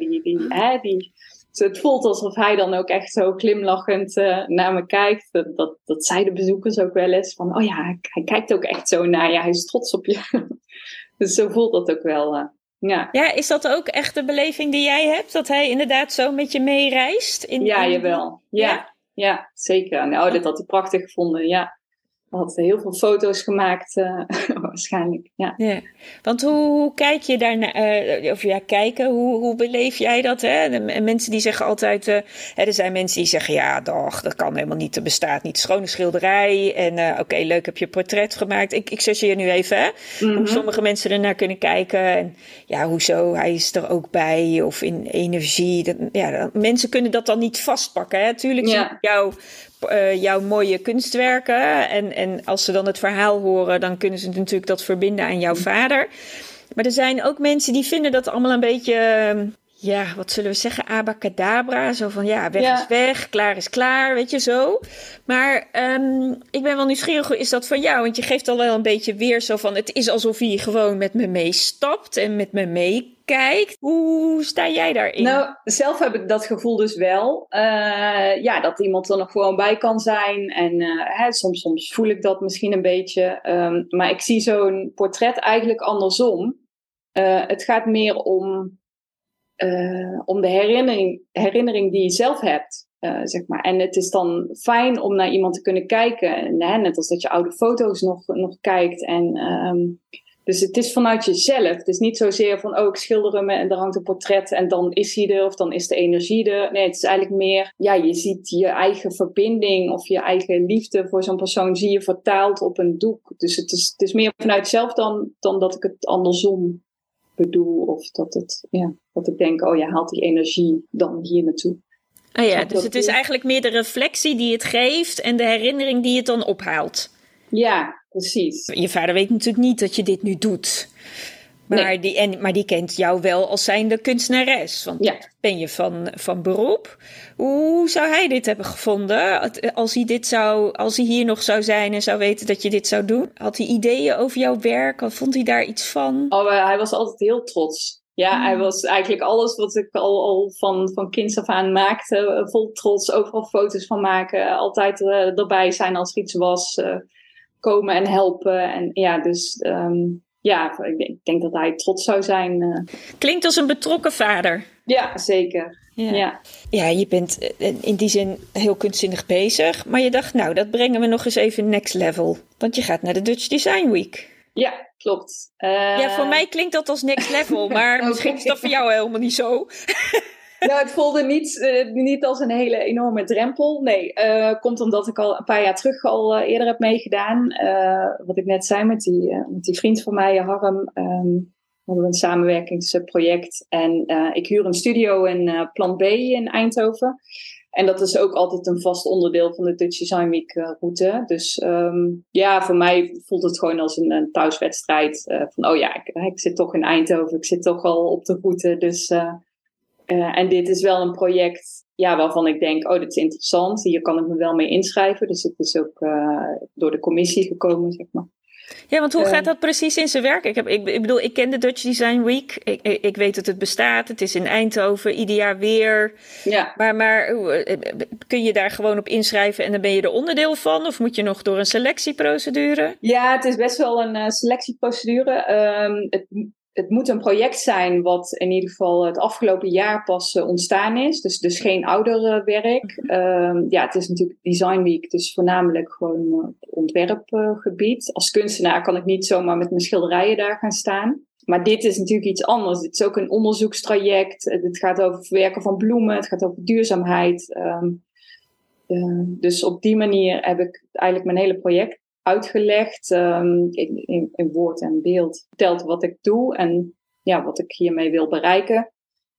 het voelt alsof hij dan ook echt zo glimlachend naar me kijkt. Dat zeiden bezoekers ook wel eens. Van, oh ja, hij kijkt ook echt zo naar je. Hij is trots op je. Dus zo voelt dat ook wel. Ja, is dat ook echt de beleving die jij hebt? Dat hij inderdaad zo met je meereist? Jawel. Ja, zeker. Nou, dat had hij prachtig gevonden, ja. We hadden heel veel foto's gemaakt, waarschijnlijk. Ja. Want hoe kijk je daarnaar? Kijken, hoe beleef jij dat? Hè? En mensen die zeggen altijd, er zijn mensen die zeggen, ja, dat kan helemaal niet, er bestaat niet. Schone schilderij en oké, leuk, heb je portret gemaakt. Ik chargeer nu even, hè? Mm-hmm. Hoe sommige mensen ernaar kunnen kijken. En ja, hoezo, hij is er ook bij, of in energie. Mensen kunnen dat dan niet vastpakken, hè? Tuurlijk zie ik jouw mooie kunstwerken. En als ze dan het verhaal horen, dan kunnen ze natuurlijk dat verbinden aan jouw vader. Maar er zijn ook mensen die vinden dat allemaal een beetje, wat zullen we zeggen, abacadabra. Zo van, weg is weg, klaar is klaar, weet je zo. Maar ik ben wel nieuwsgierig, hoe is dat van jou? Want je geeft al wel een beetje weer zo van, het is alsof hij gewoon met me meestapt en met me meekijkt. Hoe sta jij daarin? Nou, zelf heb ik dat gevoel dus wel. Dat iemand er nog gewoon bij kan zijn. En soms voel ik dat misschien een beetje. Maar ik zie zo'n portret eigenlijk andersom. Het gaat meer om de herinnering die je zelf hebt. zeg maar. En het is dan fijn om naar iemand te kunnen kijken. En, net als dat je oude foto's nog kijkt. Dus het is vanuit jezelf. Het is niet zozeer van, ik schilder hem en er hangt een portret en dan is hij er of dan is de energie er. Nee, het is eigenlijk meer, je ziet je eigen verbinding of je eigen liefde voor zo'n persoon zie je vertaald op een doek. Dus het is meer vanuit zelf dan dat ik het andersom bedoel. Of dat ik denk, je haalt die energie dan hier naartoe. Oh ja, dus het is eigenlijk meer de reflectie die het geeft en de herinnering die het dan ophaalt. Ja, precies. Je vader weet natuurlijk niet dat je dit nu doet. Maar, nee. Maar die kent jou wel als zijnde kunstenares. Want ben je van beroep. Hoe zou hij dit hebben gevonden? Als hij hier nog zou zijn en zou weten dat je dit zou doen? Had hij ideeën over jouw werk? Of vond hij daar iets van? Hij was altijd heel trots. Ja, hij was eigenlijk alles wat ik al van kinds af aan maakte. Vol trots, overal foto's van maken. Altijd erbij zijn als er iets was. Komen en helpen. En ik denk dat hij trots zou zijn. Klinkt als een betrokken vader. Ja, zeker. Ja, je bent in die zin heel kunstzinnig bezig. Maar je dacht, dat brengen we nog eens even next level. Want je gaat naar de Dutch Design Week. Ja, klopt. Voor mij klinkt dat als next level. Maar misschien is dat voor jou helemaal niet zo. Het voelde niet als een hele enorme drempel. Nee, komt omdat ik al een paar jaar terug al eerder heb meegedaan. Wat ik net zei met die vriend van mij, Harm. Hadden we een samenwerkingsproject. En ik huur een studio in Plan B in Eindhoven. En dat is ook altijd een vast onderdeel van de Dutch Design Week route. Dus voor mij voelt het gewoon als een thuiswedstrijd. Ik zit toch in Eindhoven. Ik zit toch al op de route. Dus... en dit is wel een project waarvan ik denk, dit is interessant. Hier kan ik me wel mee inschrijven. Dus het is ook door de commissie gekomen, zeg maar. Ja, want hoe gaat dat precies in zijn werk? Ik ken de Dutch Design Week. Ik weet dat het bestaat. Het is in Eindhoven, ieder jaar weer. Ja. Maar kun je daar gewoon op inschrijven en dan ben je er onderdeel van? Of moet je nog door een selectieprocedure? Ja, het is best wel een selectieprocedure. Het moet een project zijn wat in ieder geval het afgelopen jaar pas ontstaan is. Dus geen ouder werk. Het is natuurlijk Design Week, dus voornamelijk gewoon ontwerpgebied. Als kunstenaar kan ik niet zomaar met mijn schilderijen daar gaan staan. Maar dit is natuurlijk iets anders. Het is ook een onderzoekstraject. Het gaat over het verwerken van bloemen. Het gaat over duurzaamheid. Dus op die manier heb ik eigenlijk mijn hele project uitgelegd in woord en beeld. Verteld wat ik doe en wat ik hiermee wil bereiken.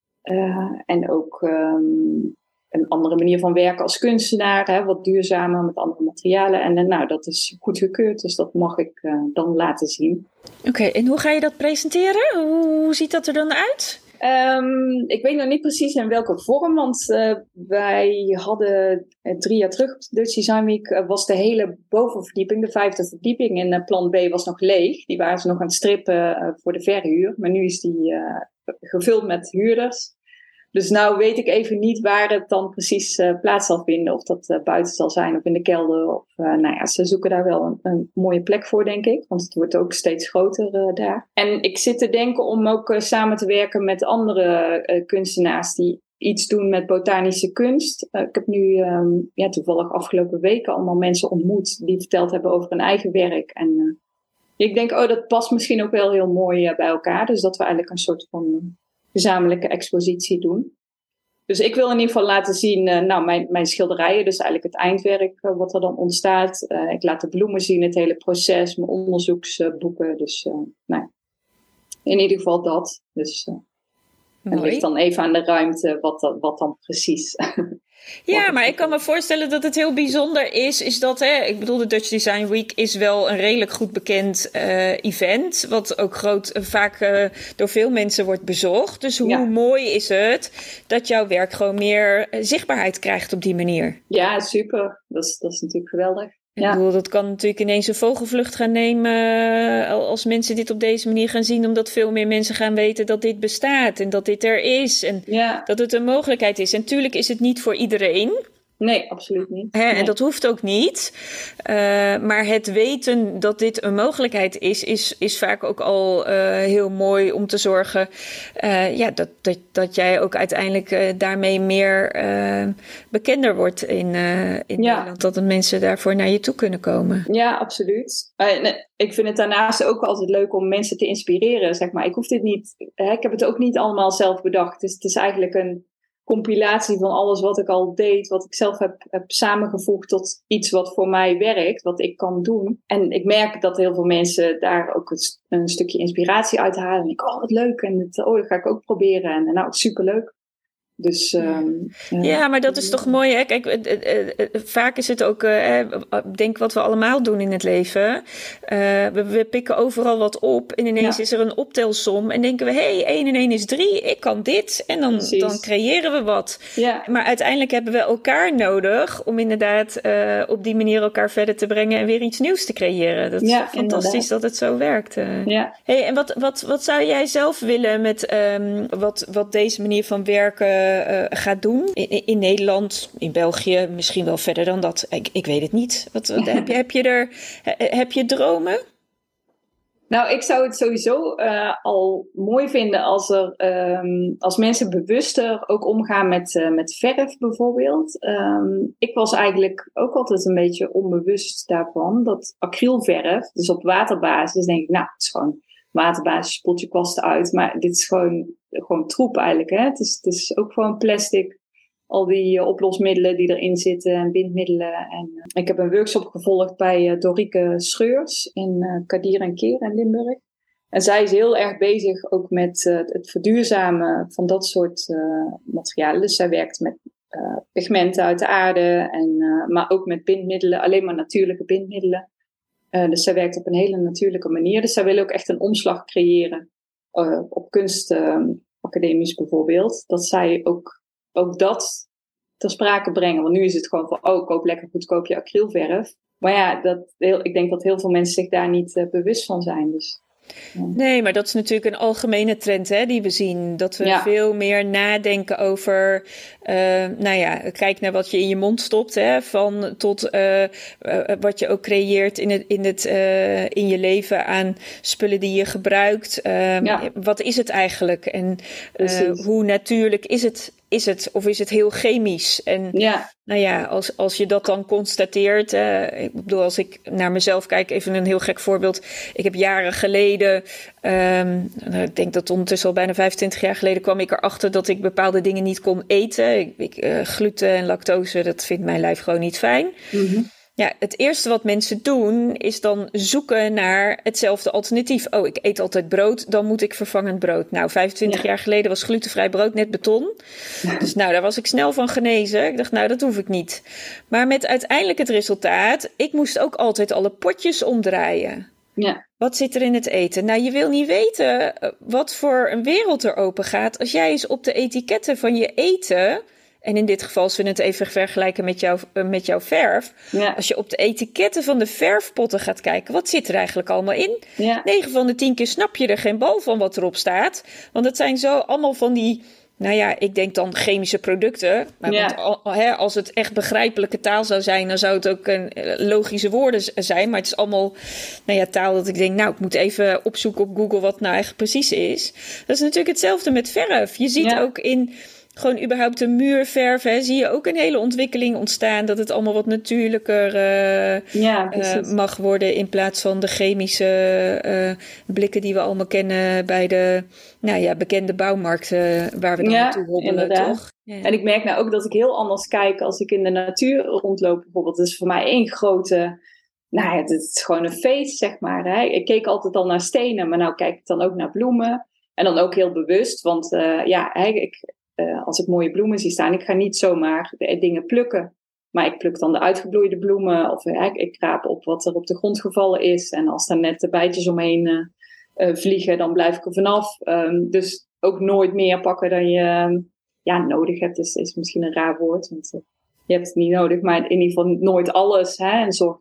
En ook een andere manier van werken als kunstenaar. Wat duurzamer met andere materialen. En dat is goedgekeurd, dus dat mag ik dan laten zien. Oké, en hoe ga je dat presenteren? Hoe ziet dat er dan uit? Ik weet nog niet precies in welke vorm, want wij hadden 3 jaar terug op de Dutch Design Week was de hele bovenverdieping, de 5e verdieping in Plan B was nog leeg. Die waren ze nog aan het strippen voor de verhuur, maar nu is die gevuld met huurders. Dus nou weet ik even niet waar het dan precies plaats zal vinden. Of dat buiten zal zijn of in de kelder. Of, ze zoeken daar wel een mooie plek voor, denk ik. Want het wordt ook steeds groter daar. En ik zit te denken om ook samen te werken met andere kunstenaars die iets doen met botanische kunst. Ik heb nu toevallig afgelopen weken allemaal mensen ontmoet die verteld hebben over hun eigen werk. En ik denk, dat past misschien ook wel heel mooi bij elkaar. Dus dat we eigenlijk een soort van gezamenlijke expositie doen. Dus ik wil in ieder geval laten zien mijn schilderijen, dus eigenlijk het eindwerk wat er dan ontstaat. Ik laat de bloemen zien, het hele proces, mijn onderzoeksboeken. Dus in ieder geval dat. Dus het ligt dan even aan de ruimte wat dan precies. Ja, maar ik kan me voorstellen dat het heel bijzonder is dat, de Dutch Design Week is wel een redelijk goed bekend event, wat ook vaak door veel mensen wordt bezocht. Dus hoe mooi is het dat jouw werk gewoon meer zichtbaarheid krijgt op die manier? Ja, super. Dat is natuurlijk geweldig. Ja. Ik bedoel, dat kan natuurlijk ineens een vogelvlucht gaan nemen als mensen dit op deze manier gaan zien, omdat veel meer mensen gaan weten dat dit bestaat en dat dit er is en dat het een mogelijkheid is. En natuurlijk is het niet voor iedereen. Nee, absoluut niet. Hè, nee. En dat hoeft ook niet. Maar het weten dat dit een mogelijkheid is vaak ook al heel mooi om te zorgen dat jij ook uiteindelijk daarmee meer bekender wordt in Nederland. Dat de mensen daarvoor naar je toe kunnen komen. Ja, absoluut. Ik vind het daarnaast ook altijd leuk om mensen te inspireren, zeg maar. Ik hoef dit niet, ik heb het ook niet allemaal zelf bedacht. Dus het is eigenlijk een compilatie van alles wat ik al deed, wat ik zelf heb samengevoegd tot iets wat voor mij werkt, wat ik kan doen. En ik merk dat heel veel mensen daar ook een stukje inspiratie uit halen. En ik, wat leuk. En dat ga ik ook proberen. En nou, superleuk. Dus, ja, maar dat is toch mooi, hè? Kijk, vaak is het ook, denk wat we allemaal doen in het leven. We pikken overal wat op en ineens is er een optelsom en denken we, 1 en 1 is 3, ik kan dit. En dan creëren we wat. Ja. Maar uiteindelijk hebben we elkaar nodig om inderdaad op die manier elkaar verder te brengen en weer iets nieuws te creëren. Dat is fantastisch inderdaad. Dat het zo werkt. Ja. Hey, en wat zou jij zelf willen met wat deze manier van werken gaat doen. In Nederland, in België, misschien wel verder dan dat. Ik weet het niet. Heb je dromen? Nou, ik zou het sowieso al mooi vinden als mensen bewuster ook omgaan met verf bijvoorbeeld. Ik was eigenlijk ook altijd een beetje onbewust daarvan. Dat acrylverf, dus op waterbasis, denk ik, nou, het is gewoon waterbasis, spoelt je kwasten uit. Maar dit is gewoon troep eigenlijk. Hè? Het is ook gewoon plastic. Al die oplosmiddelen die erin zitten en bindmiddelen. En, ik heb een workshop gevolgd bij Dorike Scheurs in Kadir en Keer in Limburg. En zij is heel erg bezig ook met het verduurzamen van dat soort materialen. Dus zij werkt met pigmenten uit de aarde, maar ook met bindmiddelen, alleen maar natuurlijke bindmiddelen. Dus zij werkt op een hele natuurlijke manier. Dus zij wil ook echt een omslag creëren op kunstacademies bijvoorbeeld. Dat zij ook dat ter sprake brengen. Want nu is het gewoon van, koop lekker goedkoop je acrylverf. Maar ja, ik denk dat heel veel mensen zich daar niet bewust van zijn. Dus, Nee, maar dat is natuurlijk een algemene trend die we zien. Dat we veel meer nadenken over, kijk naar wat je in je mond stopt. Van tot wat je ook creëert in je leven aan spullen die je gebruikt. Wat is het eigenlijk? En hoe natuurlijk is het of is het heel chemisch? En als je dat dan constateert, ik bedoel, als ik naar mezelf kijk, even een heel gek voorbeeld. Ik heb jaren geleden, ik denk dat ondertussen al bijna 25 jaar geleden, kwam ik erachter dat ik bepaalde dingen niet kon eten. Gluten en lactose, dat vindt mijn lijf gewoon niet fijn. Mm-hmm. Ja, het eerste wat mensen doen is dan zoeken naar hetzelfde alternatief. Ik eet altijd brood, dan moet ik vervangend brood. Nou, 25 jaar geleden was glutenvrij brood net beton. Dus daar was ik snel van genezen. Ik dacht, dat hoef ik niet. Maar met uiteindelijk het resultaat, ik moest ook altijd alle potjes omdraaien. Ja. Wat zit er in het eten? Nou, je wil niet weten wat voor een wereld er open gaat als jij eens op de etiketten van je eten, en in dit geval, als we het even vergelijken met jouw verf. Ja. Als je op de etiketten van de verfpotten gaat kijken, wat zit er eigenlijk allemaal in? Ja. 9 van de 10 keer snap je er geen bal van wat erop staat. Want het zijn zo allemaal van die, ik denk dan chemische producten. Maar als het echt begrijpelijke taal zou zijn, dan zou het ook logische woorden zijn. Maar het is allemaal taal dat ik denk, ik moet even opzoeken op Google wat het nou eigenlijk precies is. Dat is natuurlijk hetzelfde met verf. Je ziet ook in gewoon überhaupt de muurverf, zie je ook een hele ontwikkeling ontstaan. Dat het allemaal wat natuurlijker mag worden in plaats van de chemische blikken die we allemaal kennen bij de bekende bouwmarkten waar we dan naartoe hobbelen, toch? Ja. En ik merk ook dat ik heel anders kijk als ik in de natuur rondloop bijvoorbeeld. Het is voor mij één grote, het is gewoon een feest, zeg maar. Hè? Ik keek altijd al naar stenen, maar nou kijk ik dan ook naar bloemen. En dan ook heel bewust, want als ik mooie bloemen zie staan, ik ga niet zomaar dingen plukken. Maar ik pluk dan de uitgebloeide bloemen. Of ik raap op wat er op de grond gevallen is. En als daar net de bijtjes omheen vliegen, dan blijf ik er vanaf. Dus ook nooit meer pakken dan je nodig hebt. Is misschien een raar woord. Want je hebt het niet nodig. Maar in ieder geval nooit alles. En zorg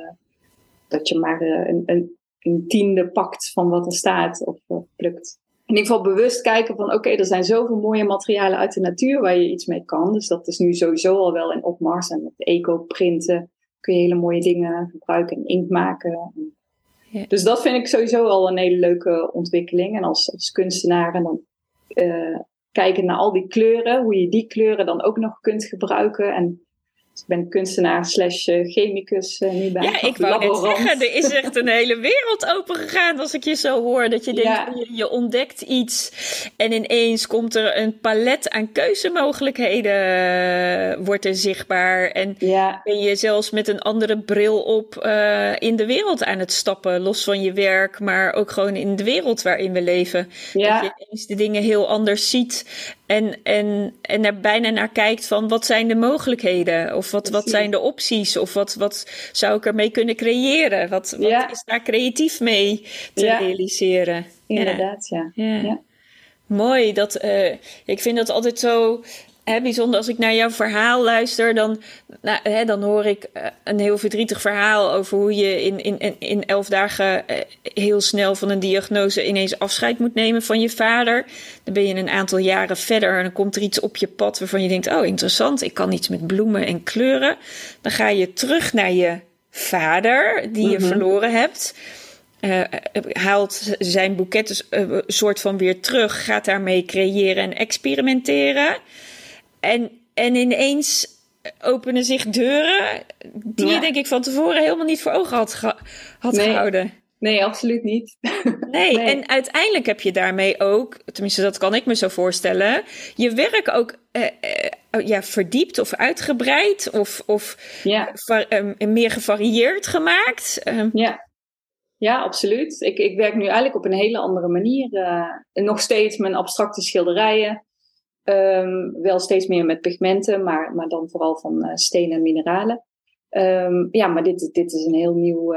dat je maar een tiende pakt van wat er staat. Of plukt. ieder geval bewust kijken van oké, er zijn zoveel mooie materialen uit de natuur waar je iets mee kan. Dus dat is nu sowieso al wel in opmars. En met eco-printen kun je hele mooie dingen gebruiken en inkt maken. Ja. Dus dat vind ik sowieso al een hele leuke ontwikkeling. En als kunstenaar en dan kijken naar al die kleuren, hoe je die kleuren dan ook nog kunt gebruiken. En ik ben kunstenaar / chemicus nu bij. Ja, ik wou net zeggen, er is echt een hele wereld open gegaan als ik je zo hoor. Dat je denkt, je ontdekt iets en ineens komt er een palet aan keuzemogelijkheden, wordt er zichtbaar. En ben je zelfs met een andere bril op in de wereld aan het stappen. Los van je werk, maar ook gewoon in de wereld waarin we leven. Ja. Dat je ineens de dingen heel anders ziet. En er bijna naar kijkt van wat zijn de mogelijkheden? Of wat zijn de opties? Of wat zou ik ermee kunnen creëren? Wat is daar creatief mee te realiseren? Inderdaad, ja. Mooi. Ik vind dat altijd zo bijzonder. Als ik naar jouw verhaal luister, dan hoor ik een heel verdrietig verhaal over hoe je in 11 dagen heel snel van een diagnose ineens afscheid moet nemen van je vader. Dan ben je een aantal jaren verder en dan komt er iets op je pad waarvan je denkt, oh interessant, ik kan iets met bloemen en kleuren. Dan ga je terug naar je vader die je verloren hebt. Haalt zijn boeket een soort van weer terug, gaat daarmee creëren en experimenteren. En ineens openen zich deuren die je denk ik van tevoren helemaal niet voor ogen had gehouden. Nee, absoluut niet. Nee, en uiteindelijk heb je daarmee ook, tenminste dat kan ik me zo voorstellen, je werk ook verdiept of uitgebreid of meer gevarieerd gemaakt. Ja, absoluut. Ik werk nu eigenlijk op een hele andere manier. Nog steeds mijn abstracte schilderijen. Wel steeds meer met pigmenten, maar dan vooral van stenen en mineralen. Maar dit is een heel nieuw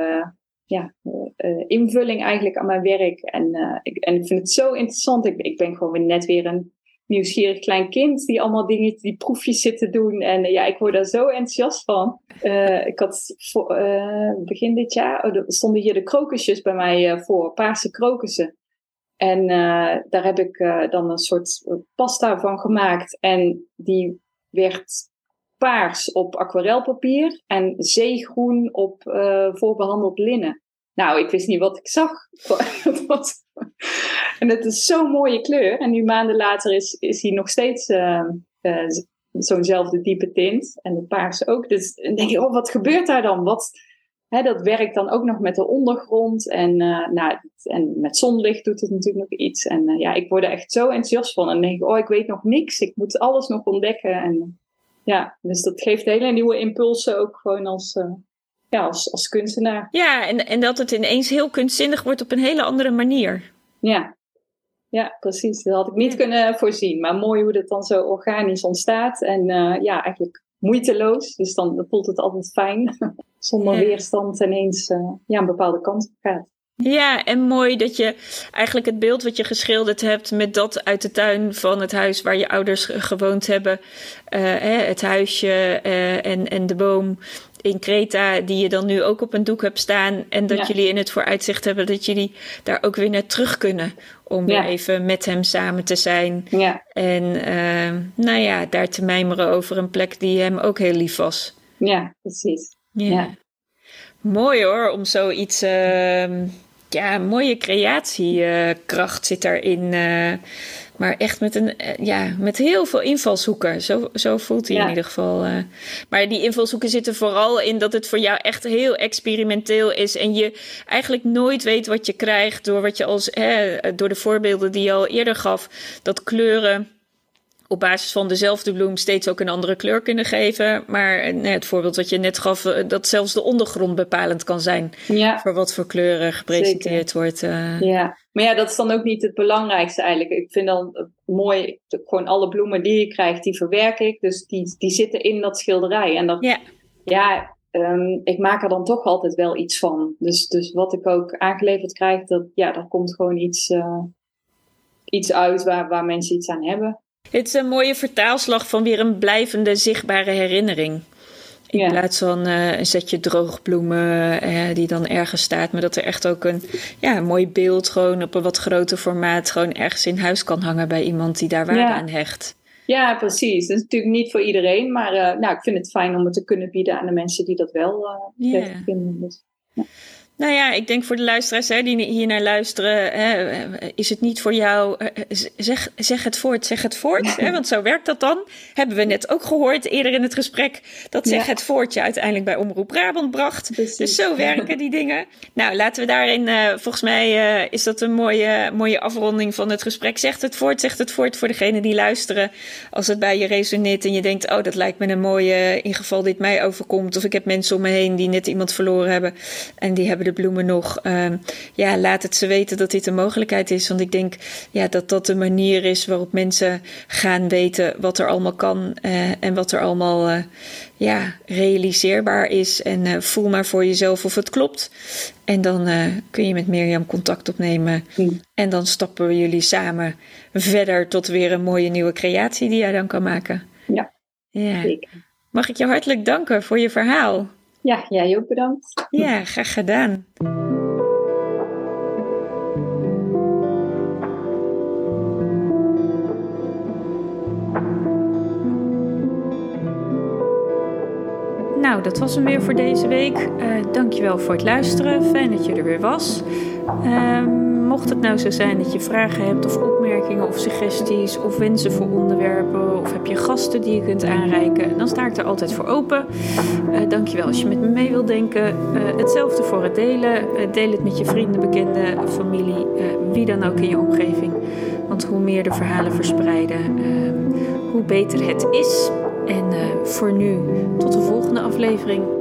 invulling eigenlijk aan mijn werk. En ik vind het zo interessant. Ik ben gewoon net weer een nieuwsgierig klein kind die allemaal dingen, die proefjes zit te doen. En ik word daar zo enthousiast van. Ik had begin dit jaar, stonden hier de krokusjes bij mij voor, paarse krokussen. En daar heb ik dan een soort pasta van gemaakt. En die werd paars op aquarelpapier en zeegroen op voorbehandeld linnen. Nou, ik wist niet wat ik zag. En het is zo'n mooie kleur. En nu maanden later is hij nog steeds zo'nzelfde diepe tint. En de paars ook. Dus dan denk je, wat gebeurt daar dan? Dat werkt dan ook nog met de ondergrond. En met zonlicht doet het natuurlijk nog iets. En ik word er echt zo enthousiast van. En dan denk ik, ik weet nog niks. Ik moet alles nog ontdekken. En dus dat geeft hele nieuwe impulsen ook gewoon als kunstenaar. Ja, en dat het ineens heel kunstzinnig wordt op een hele andere manier. Ja, precies. Dat had ik niet kunnen voorzien. Maar mooi hoe dat dan zo organisch ontstaat. En eigenlijk moeiteloos. Dus dan voelt het altijd fijn. Zonder weerstand ineens een bepaalde kant op gaat. Ja, en mooi dat je eigenlijk het beeld wat je geschilderd hebt met dat uit de tuin van het huis waar je ouders gewoond hebben. Het huisje en de boom in Kreta die je dan nu ook op een doek hebt staan. En dat jullie in het vooruitzicht hebben dat jullie daar ook weer naar terug kunnen. Om weer even met hem samen te zijn. Ja. En daar te mijmeren over een plek die hem ook heel lief was. Ja, precies. Ja. Mooi hoor, om zoiets... mooie creatiekracht zit daarin. Maar echt met heel veel invalshoeken. Zo voelt hij in ieder geval. Maar die invalshoeken zitten vooral in dat het voor jou echt heel experimenteel is. En je eigenlijk nooit weet wat je krijgt door wat je door de voorbeelden die je al eerder gaf. Dat kleuren op basis van dezelfde bloem steeds ook een andere kleur kunnen geven. Maar het voorbeeld wat je net gaf, dat zelfs de ondergrond bepalend kan zijn voor wat voor kleuren gepresenteerd wordt. Ja, maar dat is dan ook niet het belangrijkste eigenlijk. Ik vind dan mooi, gewoon alle bloemen die je krijgt, die verwerk ik. Dus die zitten in dat schilderij. En ik maak er dan toch altijd wel iets van. Dus wat ik ook aangeleverd krijg, daar komt gewoon iets uit waar mensen iets aan hebben. Het is een mooie vertaalslag van weer een blijvende, zichtbare herinnering. In plaats van een setje droogbloemen die dan ergens staat. Maar dat er echt ook een mooi beeld gewoon op een wat groter formaat gewoon ergens in huis kan hangen bij iemand die daar waarde aan hecht. Ja, precies. Dat is natuurlijk niet voor iedereen. Maar ik vind het fijn om het te kunnen bieden aan de mensen die dat wel prettig vinden. Dus, Nou ja, ik denk voor de luisteraars die hier naar luisteren, is het niet voor jou, zeg het voort, want zo werkt dat dan. Hebben we net ook gehoord eerder in het gesprek, dat zeg het voortje uiteindelijk bij Omroep Brabant bracht. Precies. Dus zo werken die dingen. Nou, laten we daarin, volgens mij is dat een mooie afronding van het gesprek. Zeg het voort voor degenen die luisteren. Als het bij je resoneert en je denkt, dat lijkt me een mooie, in geval dit mij overkomt. Of ik heb mensen om me heen die net iemand verloren hebben en die hebben de bloemen nog. Laat het ze weten dat dit een mogelijkheid is. Want ik denk dat dat de manier is waarop mensen gaan weten wat er allemaal kan en wat er allemaal realiseerbaar is. En voel maar voor jezelf of het klopt. En dan kun je met Mirjam contact opnemen. En dan stappen jullie samen verder tot weer een mooie nieuwe creatie die jij dan kan maken. Ja. Zeker. Mag ik je hartelijk danken voor je verhaal. Ja, jij ook bedankt. Ja, graag gedaan. Nou, dat was hem weer voor deze week. Dankjewel voor het luisteren. Fijn dat je er weer was. Mocht het nou zo zijn dat je vragen hebt of opmerkingen of suggesties of wensen voor onderwerpen of heb je gasten die je kunt aanreiken, dan sta ik er altijd voor open. Dankjewel als je met me mee wilt denken. Hetzelfde voor het delen. Deel het met je vrienden, bekenden, familie, wie dan ook in je omgeving. Want hoe meer de verhalen verspreiden, hoe beter het is. En voor nu, tot de volgende aflevering.